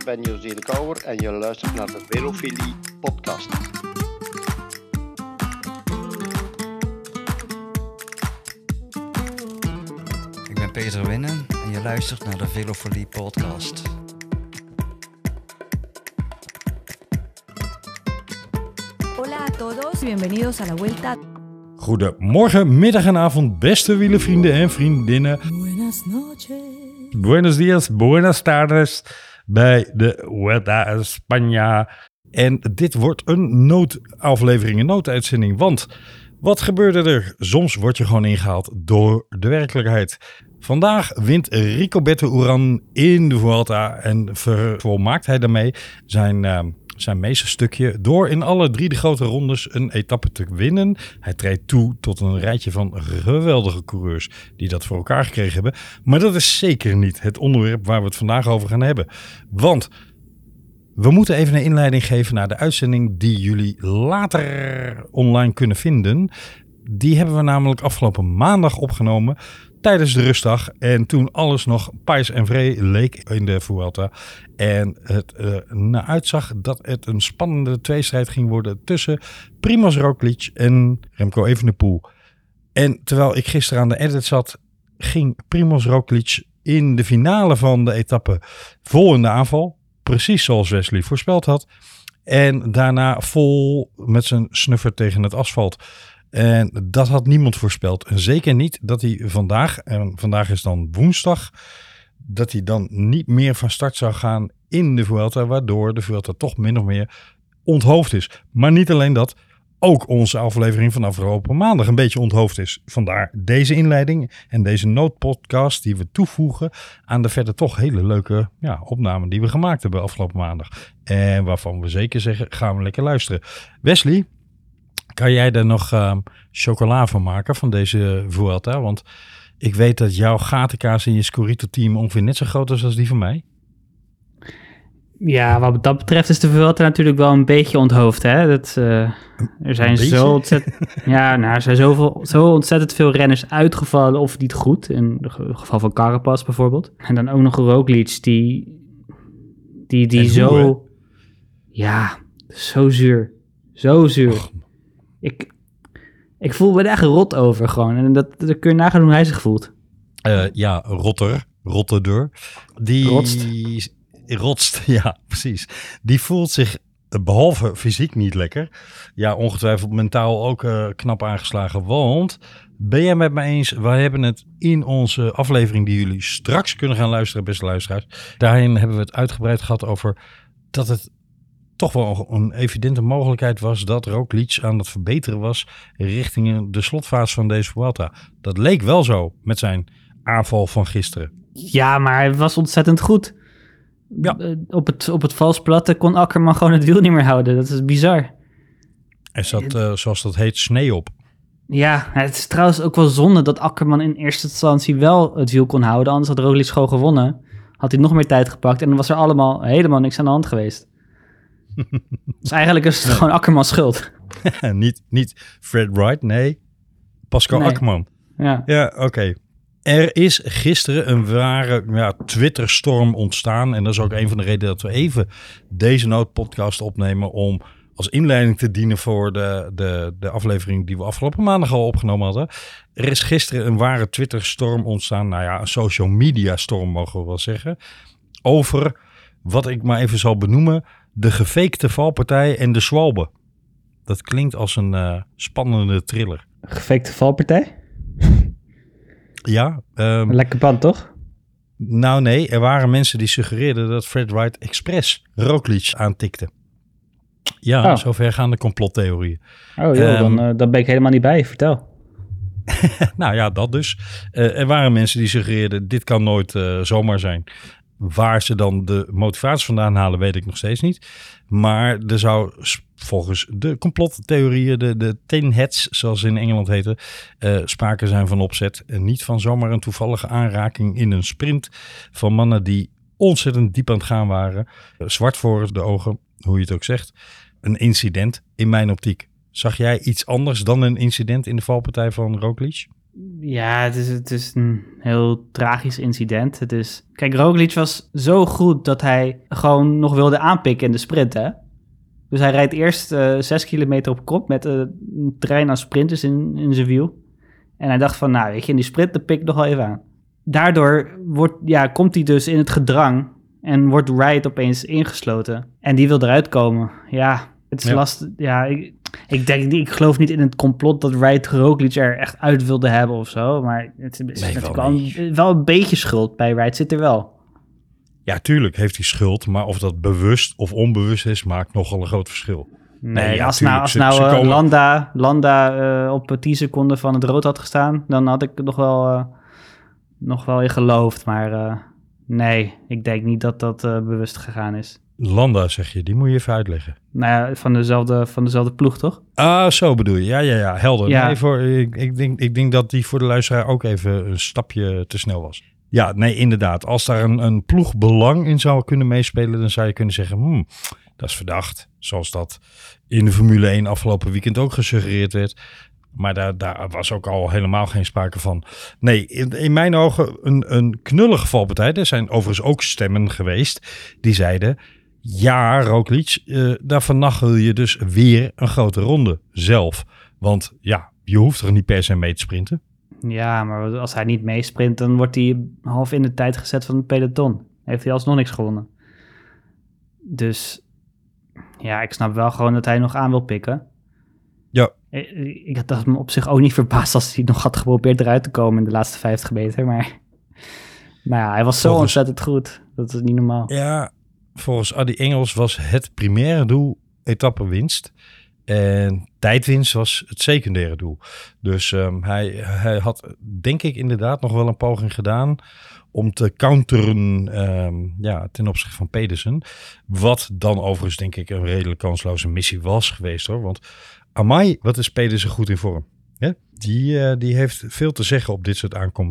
ben José de Kouwer en je luistert naar de Velofilie podcast. Ik ben Peter Winnen en je luistert naar de Velofilie podcast. Hola a todos, bienvenidos a la vuelta. Goedemorgen, middag en avond, beste wielervrienden en vriendinnen. Buenas noches. Buenos días, buenas tardes bij de Vuelta a España. En dit wordt een noodaflevering, een nooduitzending. Want wat gebeurde er? Soms word je gewoon ingehaald door de werkelijkheid. Vandaag wint Rigoberto Urán in de Vuelta en volmaakt hij daarmee zijn meesterstukje door in alle 3 de grote rondes een etappe te winnen. Hij treedt toe tot een rijtje van geweldige coureurs die dat voor elkaar gekregen hebben. Maar dat is zeker niet het onderwerp waar we het vandaag over gaan hebben. Want we moeten even een inleiding geven naar de uitzending die jullie later online kunnen vinden. Die hebben we namelijk afgelopen maandag opgenomen tijdens de rustdag. En toen alles nog pais en vree leek in de Vuelta. En het naar uitzag dat het een spannende tweestrijd ging worden tussen Primož Roglič en Remco Evenepoel. En terwijl ik gisteren aan de edit zat, ging Primož Roglič in de finale van de etappe vol in de aanval. Precies zoals Wesley voorspeld had. En daarna vol met zijn snuffer tegen het asfalt. En dat had niemand voorspeld. En zeker niet dat hij vandaag, en vandaag is dan woensdag, dat hij dan niet meer van start zou gaan in de Vuelta, waardoor de Vuelta toch min of meer onthoofd is. Maar niet alleen dat, ook onze aflevering van afgelopen maandag een beetje onthoofd is. Vandaar deze inleiding en deze noodpodcast die we toevoegen aan de verder toch hele leuke opnamen die we gemaakt hebben afgelopen maandag. En waarvan we zeker zeggen, gaan we lekker luisteren. Wesley, kan jij er nog chocola van maken van deze Vuelta? Want ik weet dat jouw gatenkaas in je Scorito-team ongeveer net zo groot is als die van mij. Ja, wat dat betreft is de Vuelta natuurlijk wel een beetje onthoofd. Hè? Er zijn zo ontzettend, er zijn zo ontzettend veel renners uitgevallen of niet goed. In het geval van Carapaz bijvoorbeeld. En dan ook nog Roglič die zo... Ja, zo zuur. Zo zuur. Och. Ik voel me daar echt rot over gewoon. En dat kun je nagaan hoe hij zich voelt. Rotterder. Rotst, ja, precies. Die voelt zich behalve fysiek niet lekker. Ja, ongetwijfeld mentaal ook knap aangeslagen. Want, ben jij met me eens, wij hebben het in onze aflevering die jullie straks kunnen gaan luisteren, beste luisteraars. Daarin hebben we het uitgebreid gehad over dat het toch wel een evidente mogelijkheid was dat Roglič aan het verbeteren was richting de slotfase van deze Vuelta. Dat leek wel zo met zijn aanval van gisteren. Ja, maar hij was ontzettend goed. Ja. Op het vals platte kon Akkerman gewoon het wiel niet meer houden. Dat is bizar. Er zat, zoals dat heet, snee op. Ja, het is trouwens ook wel zonde dat Akkerman in eerste instantie wel het wiel kon houden. Anders had Roglič gewoon gewonnen. Had hij nog meer tijd gepakt en dan was er helemaal niks aan de hand geweest. Dus eigenlijk is het gewoon Akkermans schuld. niet Fred Wright, nee. Pascal Akkerman. Ja, oké. Er is gisteren een ware Twitterstorm ontstaan. En dat is ook een van de redenen dat we even deze noodpodcast opnemen om als inleiding te dienen voor de aflevering die we afgelopen maandag al opgenomen hadden. Er is gisteren een ware Twitterstorm ontstaan. Een social media storm mogen we wel zeggen. Over wat ik maar even zal benoemen, de gefakte valpartij en de Schwalbe. Dat klinkt als een spannende thriller. Gefakte valpartij? Ja. Lekker band, toch? Nou nee, er waren mensen die suggereerden dat Fred Wright expres Roglič aantikte. Ja, zover gaan de complottheorieën. Dan ben ik helemaal niet bij. Vertel. Nou ja, dat dus. Er waren mensen die suggereerden, dit kan nooit zomaar zijn. Waar ze dan de motivatie vandaan halen, weet ik nog steeds niet. Maar er zou volgens de complottheorieën, de tin heads, zoals ze in Engeland heten, sprake zijn van opzet. En niet van zomaar een toevallige aanraking in een sprint van mannen die ontzettend diep aan het gaan waren. Zwart voor de ogen, hoe je het ook zegt. Een incident in mijn optiek. Zag jij iets anders dan een incident in de valpartij van Roglič? Ja, het is een heel tragisch incident. Kijk, Roglic was zo goed dat hij gewoon nog wilde aanpikken in de sprint, hè? Dus hij rijdt eerst 6 kilometer op kop met een trein aan sprinters in zijn wiel. En hij dacht van, nou, weet je, in die sprint, dan pik ik nog wel even aan. Daardoor komt hij dus in het gedrang en wordt Wright opeens ingesloten. En die wil eruit komen. Ja, het is lastig. Ja, ik geloof niet in het complot dat Wright Roglic er echt uit wilde hebben of zo. Maar het is natuurlijk wel een beetje schuld bij Wright zit er wel. Ja, tuurlijk heeft hij schuld. Maar of dat bewust of onbewust is, maakt nogal een groot verschil. Nee, als Landa op 10 seconden van het rood had gestaan, dan had ik nog wel in geloofd. Maar nee, ik denk niet dat dat bewust gegaan is. Landa, zeg je, die moet je even uitleggen. Nou ja, van dezelfde ploeg, toch? Ah, zo bedoel je. Ja, helder. Ja. Nee, ik denk dat die voor de luisteraar ook even een stapje te snel was. Ja, nee, inderdaad. Als daar een ploegbelang in zou kunnen meespelen, dan zou je kunnen zeggen, dat is verdacht. Zoals dat in de Formule 1 afgelopen weekend ook gesuggereerd werd. Maar daar was ook al helemaal geen sprake van. Nee, in mijn ogen een knullige valpartij. Er zijn overigens ook stemmen geweest die zeiden, ja, Roglic, daar vernachel je dus weer een grote ronde zelf. Want ja, je hoeft er niet per se mee te sprinten. Ja, maar als hij niet meesprint, dan wordt hij half in de tijd gezet van het peloton. Heeft hij alsnog niks gewonnen. Dus ja, ik snap wel gewoon dat hij nog aan wil pikken. Ja. Ik had me op zich ook niet verbaasd als hij nog had geprobeerd eruit te komen in de laatste 50 meter. Maar ja, hij was zo ontzettend goed. Dat is niet normaal. Ja, volgens Adi Engels was het primaire doel etappenwinst. En tijdwinst was het secundaire doel. Dus hij had, denk ik, inderdaad nog wel een poging gedaan om te counteren ten opzichte van Pedersen. Wat dan overigens, denk ik, een redelijk kansloze missie was geweest, hoor. Want amai, wat is Pedersen goed in vorm. Ja? Die heeft veel te zeggen op dit soort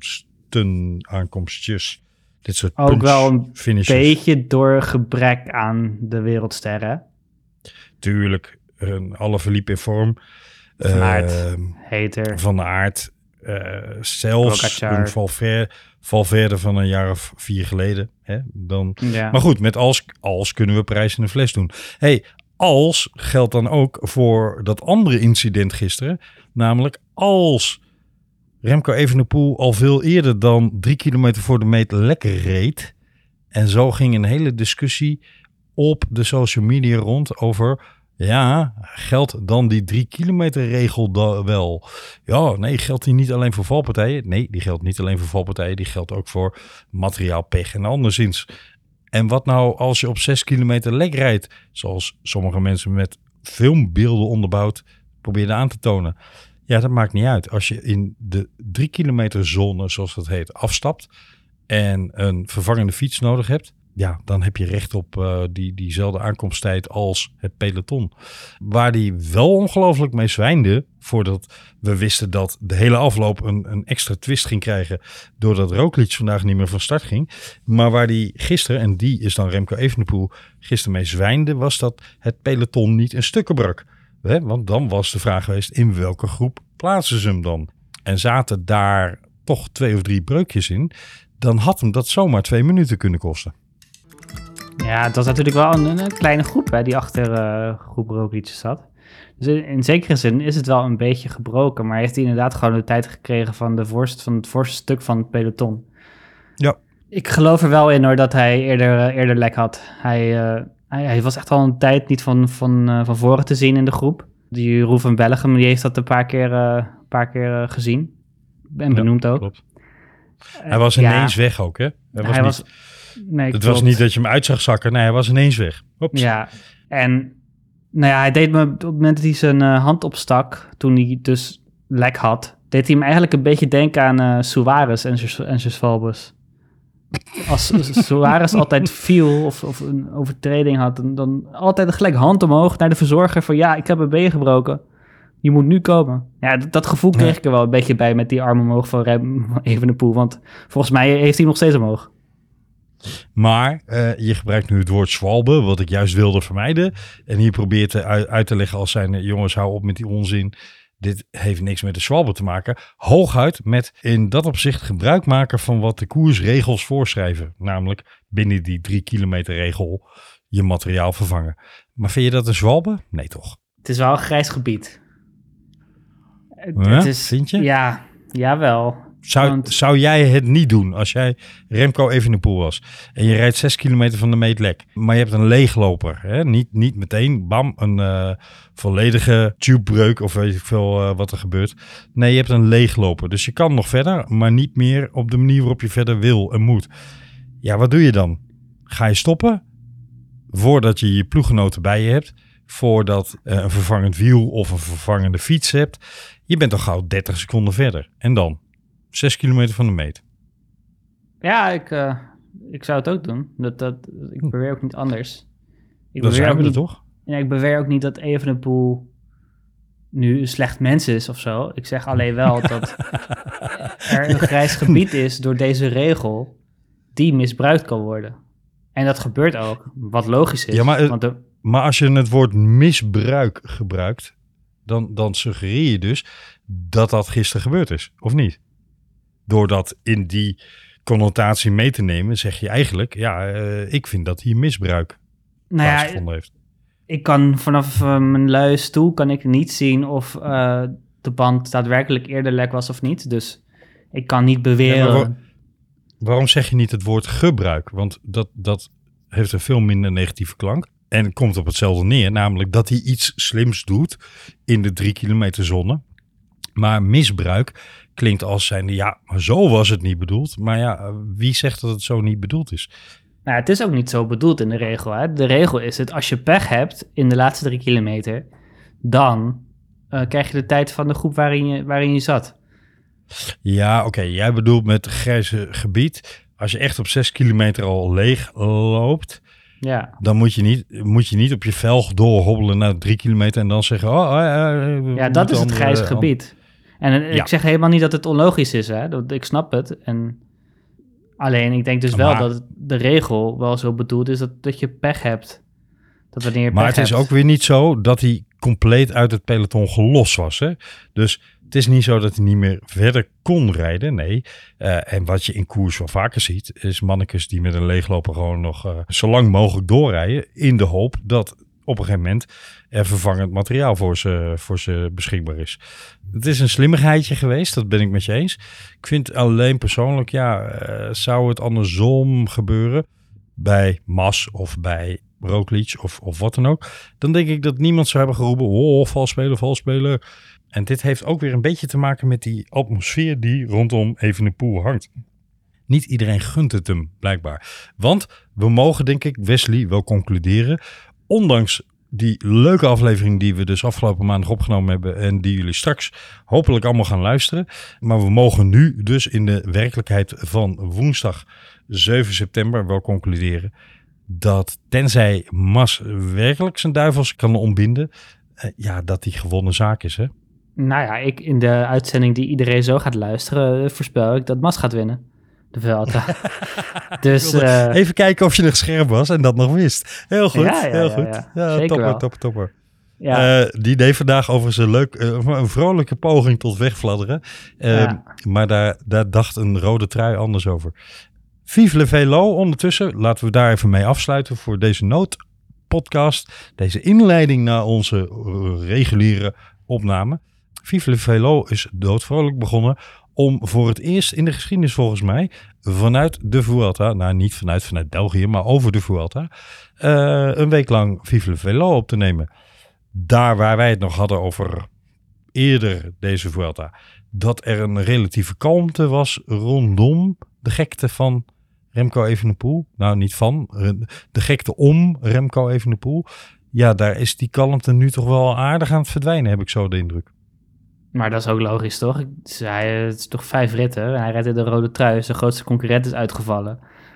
aankomstjes. Dit soort ook wel een finishes. Beetje door gebrek aan de wereldsterren. Tuurlijk. Alle verliep in vorm. Van Aert, Heter. Van Aert. Zelfs een Valverde van een jaar of 4 geleden. Hè? Ja. Maar goed, met als kunnen we prijs in de fles doen. Hey, als geldt dan ook voor dat andere incident gisteren. Namelijk als Remco Evenepoel al veel eerder dan 3 kilometer voor de meet lekker reed. En zo ging een hele discussie op de social media rond over, ja, geldt dan die 3 kilometer regel wel? Ja, nee, geldt die niet alleen voor valpartijen? Nee, die geldt niet alleen voor valpartijen. Die geldt ook voor materiaalpech en anderszins. En wat nou als je op 6 kilometer lek rijdt? Zoals sommige mensen met filmbeelden onderbouwd probeerden aan te tonen. Ja, dat maakt niet uit. Als je in de 3 kilometer zone, zoals dat heet, afstapt en een vervangende fiets nodig hebt, ja, dan heb je recht op diezelfde aankomsttijd als het peloton. Waar die wel ongelooflijk mee zwijnde, voordat we wisten dat de hele afloop een extra twist ging krijgen, doordat Roglic vandaag niet meer van start ging. Maar waar die gisteren, en die is dan Remco Evenepoel, gisteren mee zwijnde, was dat het peloton niet in stukken brak. Want dan was de vraag geweest, in welke groep plaatsen ze hem dan? En zaten daar toch 2 of 3 breukjes in, dan had hem dat zomaar 2 minuten kunnen kosten. Ja, het was natuurlijk wel een kleine groep, hè, die achter groep Roglic zat. Dus in zekere zin is het wel een beetje gebroken, maar heeft hij inderdaad gewoon de tijd gekregen van het voorste stuk van het peloton. Ja. Ik geloof er wel in, hoor, dat hij eerder lek had. Hij was echt al een tijd niet van voren te zien in de groep. Die Roel van Bellegem, die heeft dat een paar keer gezien. En benoemd ook. Klopt. Hij was ineens weg ook, hè? Het was niet dat je hem uit zag zakken. Nee, hij was ineens weg. Oeps. Ja, en nou ja, hij deed me op het moment dat hij zijn hand opstak, toen hij dus lek had, deed hij hem eigenlijk een beetje denken aan Suarez en Svalbus. Als Suarez altijd viel of een overtreding had, dan altijd gelijk hand omhoog naar de verzorger van, ja, ik heb een been gebroken. Je moet nu komen. Ja, dat gevoel kreeg ik er wel een beetje bij met die arm omhoog van Evenepoel, want volgens mij heeft hij hem nog steeds omhoog. Maar je gebruikt nu het woord zwalbe, wat ik juist wilde vermijden. En hier probeert uit te leggen als zijn, jongens, hou op met die onzin. Dit heeft niks met de Schwalbe te maken. Hooguit met in dat opzicht gebruik maken van wat de koersregels voorschrijven. Namelijk binnen die 3 kilometer regel je materiaal vervangen. Maar vind je dat een Schwalbe? Nee toch? Het is wel een grijs gebied. Ja, vind je? Ja, jawel. Zou jij het niet doen als jij Remco Evenepoel was en je rijdt 6 kilometer van de meet lek, maar je hebt een leegloper, hè? Niet meteen, bam, een volledige tubebreuk of weet ik veel wat er gebeurt. Nee, je hebt een leegloper, dus je kan nog verder, maar niet meer op de manier waarop je verder wil en moet. Ja, wat doe je dan? Ga je stoppen voordat je je ploeggenoten bij je hebt, voordat een vervangend wiel of een vervangende fiets hebt? Je bent toch gauw 30 seconden verder en dan? 6 kilometer van de meet. Ja, ik zou het ook doen. Ik beweer ook niet anders. Dan zijn we er toch? Ja, ik beweer ook niet dat Evenepoel nu een slecht mens is of zo. Ik zeg alleen wel dat er een grijs gebied is door deze regel die misbruikt kan worden. En dat gebeurt ook, wat logisch is. Ja, maar als je het woord misbruik gebruikt, dan suggereer je dus dat gisteren gebeurd is, of niet? Door dat in die connotatie mee te nemen, zeg je eigenlijk, ik vind dat hier misbruik plaatsgevonden heeft. Ik kan vanaf mijn luie stoel kan ik niet zien of de band daadwerkelijk eerder lek was of niet. Dus ik kan niet beweren. Ja, waarom zeg je niet het woord gebruik? Want dat heeft een veel minder negatieve klank. En komt op hetzelfde neer, namelijk dat hij iets slims doet in de 3 kilometer zone. Maar misbruik klinkt als zijnde, maar zo was het niet bedoeld. Maar wie zegt dat het zo niet bedoeld is? Nou, het is ook niet zo bedoeld in de regel. Hè? De regel is het, als je pech hebt in de laatste 3 kilometer, dan krijg je de tijd van de groep waarin je zat. Ja, oké. Jij bedoelt met het grijze gebied, als je echt op 6 kilometer al leeg loopt, dan moet je niet op je velg doorhobbelen naar 3 kilometer en dan zeggen, dat is het grijze gebied. En ik zeg helemaal niet dat het onlogisch is, hè? Ik snap het. Alleen ik denk dus wel dat de regel wel zo bedoeld is dat je pech hebt. Dat wanneer je maar het is ook weer niet zo dat hij compleet uit het peloton gelost was. Hè? Dus het is niet zo dat hij niet meer verder kon rijden. Nee. En wat je in koers wel vaker ziet, is mannekes die met een leegloper gewoon nog zo lang mogelijk doorrijden. In de hoop dat op een gegeven moment er vervangend materiaal voor ze beschikbaar is. Het is een slimmigheidje geweest, dat ben ik met je eens. Ik vind alleen persoonlijk, zou het andersom gebeuren bij Mas of bij Roglic of wat dan ook, dan denk ik dat niemand zou hebben geroepen, vals spelen. En dit heeft ook weer een beetje te maken met die atmosfeer die rondom Evenepoel hangt. Niet iedereen gunt het hem, blijkbaar. Want we mogen, denk ik, Wesley wel concluderen, ondanks die leuke aflevering die we dus afgelopen maandag opgenomen hebben en die jullie straks hopelijk allemaal gaan luisteren. Maar we mogen nu dus in de werkelijkheid van woensdag 7 september wel concluderen dat tenzij Mas werkelijk zijn duivels kan ontbinden, dat die gewonnen zaak is, hè? Nou ja, in de uitzending die iedereen zo gaat luisteren, voorspel ik dat Mas gaat winnen. De Vuelta. Dus, even kijken of je nog scherp was en dat nog wist. Heel goed, heel goed. Ja, zeker topper. Ja. Die deed vandaag overigens een vrolijke poging tot wegfladderen. Maar daar dacht een rode trui anders over. Vive le Velo ondertussen. Laten we daar even mee afsluiten voor deze noodpodcast. Deze inleiding naar onze reguliere opname. Vive le Velo is doodvrolijk begonnen om voor het eerst in de geschiedenis volgens mij vanuit de Vuelta, niet vanuit België, maar over de Vuelta, een week lang Vive le Velo op te nemen. Daar waar wij het nog hadden over eerder deze Vuelta, dat er een relatieve kalmte was rondom de gekte van Remco Evenepoel. Nou, niet van, de gekte om Remco Evenepoel. Ja, daar is die kalmte nu toch wel aardig aan het verdwijnen, heb ik zo de indruk. Maar dat is ook logisch, toch? Het is toch 5 ritten en hij rijdt in de rode trui. Zijn grootste concurrent is uitgevallen.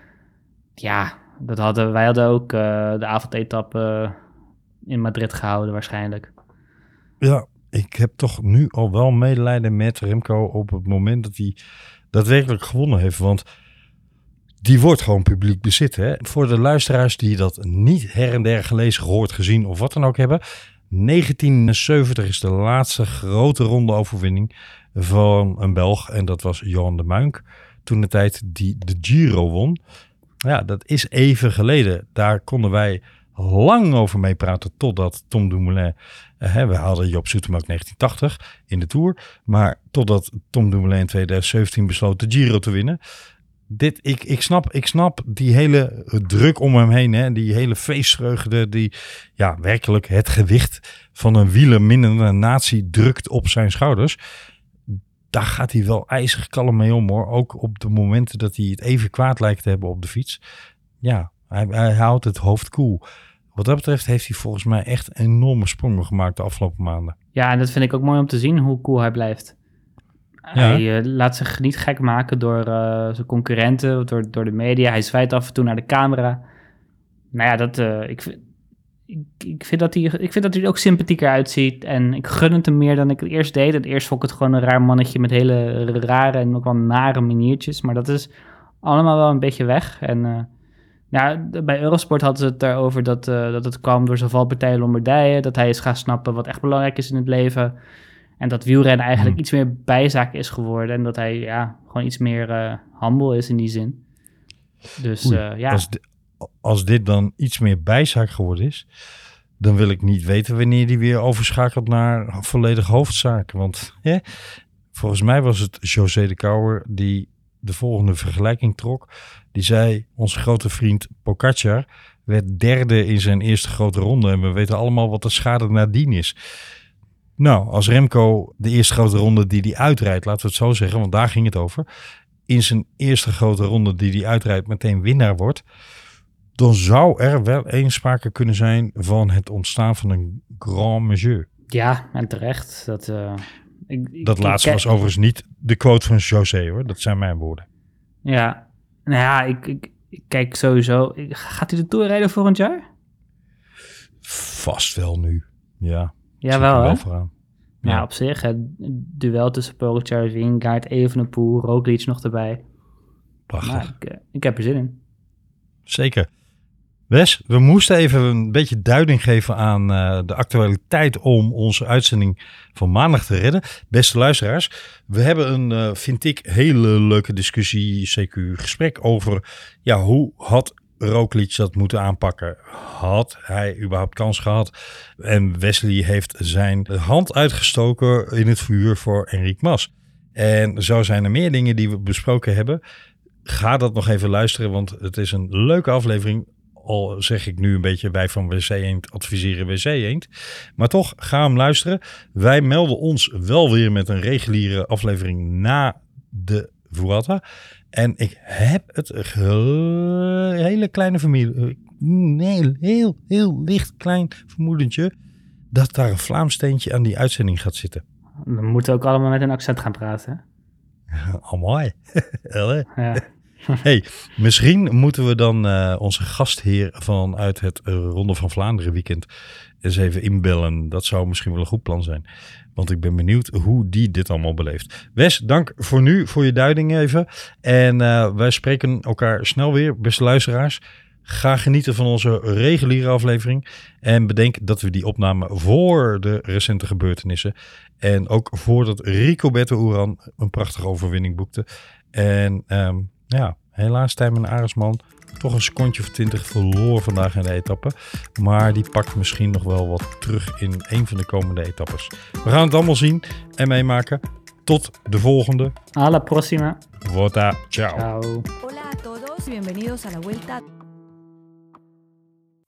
Ja, wij hadden ook de avondetappe in Madrid gehouden waarschijnlijk. Ja, ik heb toch nu al wel medelijden met Remco op het moment dat hij daadwerkelijk gewonnen heeft. Want die wordt gewoon publiek bezit. Hè? Voor de luisteraars die dat niet her en der gelezen, gehoord, gezien of wat dan ook hebben. 1970 is de laatste grote ronde-overwinning van een Belg. En dat was Johan de Muynck. Toen de tijd die de Giro won. Ja, dat is even geleden. Daar konden wij lang over meepraten totdat Tom Dumoulin... we hadden Joop Zoetemelk 1980 in de Tour. Maar totdat Tom Dumoulin in 2017 besloot de Giro te winnen. Ik snap die hele druk om hem heen. Hè, die hele feestvreugde. Die werkelijk het gewicht van een wielerminnende natie drukt op zijn schouders. Daar gaat hij wel ijzig kalm mee om hoor. Ook op de momenten dat hij het even kwaad lijkt te hebben op de fiets. Ja, hij houdt het hoofd koel. Wat dat betreft heeft hij volgens mij echt enorme sprongen gemaakt de afgelopen maanden. Ja, en dat vind ik ook mooi om te zien hoe cool hij blijft. Ja. Hij laat zich niet gek maken door zijn concurrenten, door de media. Hij zwaait af en toe naar de camera. Nou ja, ik vind dat hij er ook sympathieker uitziet. En ik gun het hem meer dan ik het eerst deed. Het eerst vond ik het gewoon een raar mannetje met hele rare en ook wel nare maniertjes. Maar dat is allemaal wel een beetje weg. En bij Eurosport hadden ze het daarover dat het kwam door zijn valpartij Lombardije. Dat hij is gaan snappen wat echt belangrijk is in het leven. En dat wielrennen eigenlijk iets meer bijzaak is geworden. En dat hij gewoon iets meer humble is in die zin. Dus Als dit dan iets meer bijzaak geworden is, dan wil ik niet weten wanneer die weer overschakelt naar volledig hoofdzaak. Want volgens mij was het José de Kouwer die de volgende vergelijking trok. Die zei, onze grote vriend Pogačar werd derde in zijn eerste grote ronde. En we weten allemaal wat de schade nadien is. Nou, als Remco de eerste grote ronde die hij uitrijdt, laten we het zo zeggen, want daar ging het over, in zijn eerste grote ronde die hij uitrijdt meteen winnaar wordt, dan zou er wel eens sprake kunnen zijn van het ontstaan van een grand monsieur. Ja, en terecht. Dat laatste was overigens niet de quote van José hoor, dat zijn mijn woorden. Ja, nou ja, ik kijk sowieso. Gaat hij de Tour rijden volgend jaar? Vast wel nu, ja. Jawel, hè? Vooraan. Ja, op zich. Het duel tussen Pogačar, Vingegaard, Evenepoel, Roglic nog erbij. Prachtig. Maar ik heb er zin in. Zeker. Wes, we moesten even een beetje duiding geven aan de actualiteit om onze uitzending van maandag te redden. Beste luisteraars, we hebben een, vind ik, hele leuke discussie, CQ gesprek over hoe had Roglic dat moeten aanpakken. Had hij überhaupt kans gehad? En Wesley heeft zijn hand uitgestoken in het vuur voor Enric Mas. En zo zijn er meer dingen die we besproken hebben. Ga dat nog even luisteren, want het is een leuke aflevering. Al zeg ik nu een beetje, wij van WC Eend adviseren WC Eend. Maar toch, ga hem luisteren. Wij melden ons wel weer met een reguliere aflevering na de Vuelta. En ik heb het hele kleine familie, heel licht klein vermoedentje, dat daar een Vlaams steentje aan die uitzending gaat zitten. Dan moeten we ook allemaal met een accent gaan praten. Mooi. Ja. Hey, misschien moeten we dan onze gastheer vanuit het Ronde van Vlaanderen weekend eens even inbellen. Dat zou misschien wel een goed plan zijn. Want ik ben benieuwd hoe die dit allemaal beleeft. Wes, dank voor nu, voor je duiding even. En wij spreken elkaar snel weer, beste luisteraars. Ga genieten van onze reguliere aflevering. En bedenk dat we die opnamen voor de recente gebeurtenissen. En ook voordat Rigoberto Urán een prachtige overwinning boekte. En helaas Tijmen Arendsman toch een secondje of 20 verloor vandaag in de etappe. Maar die pakt misschien nog wel wat terug in een van de komende etappes. We gaan het allemaal zien en meemaken. Tot de volgende. A la próxima. Volta. Ciao. Ciao. Hola a todos, bienvenidos a la Vuelta.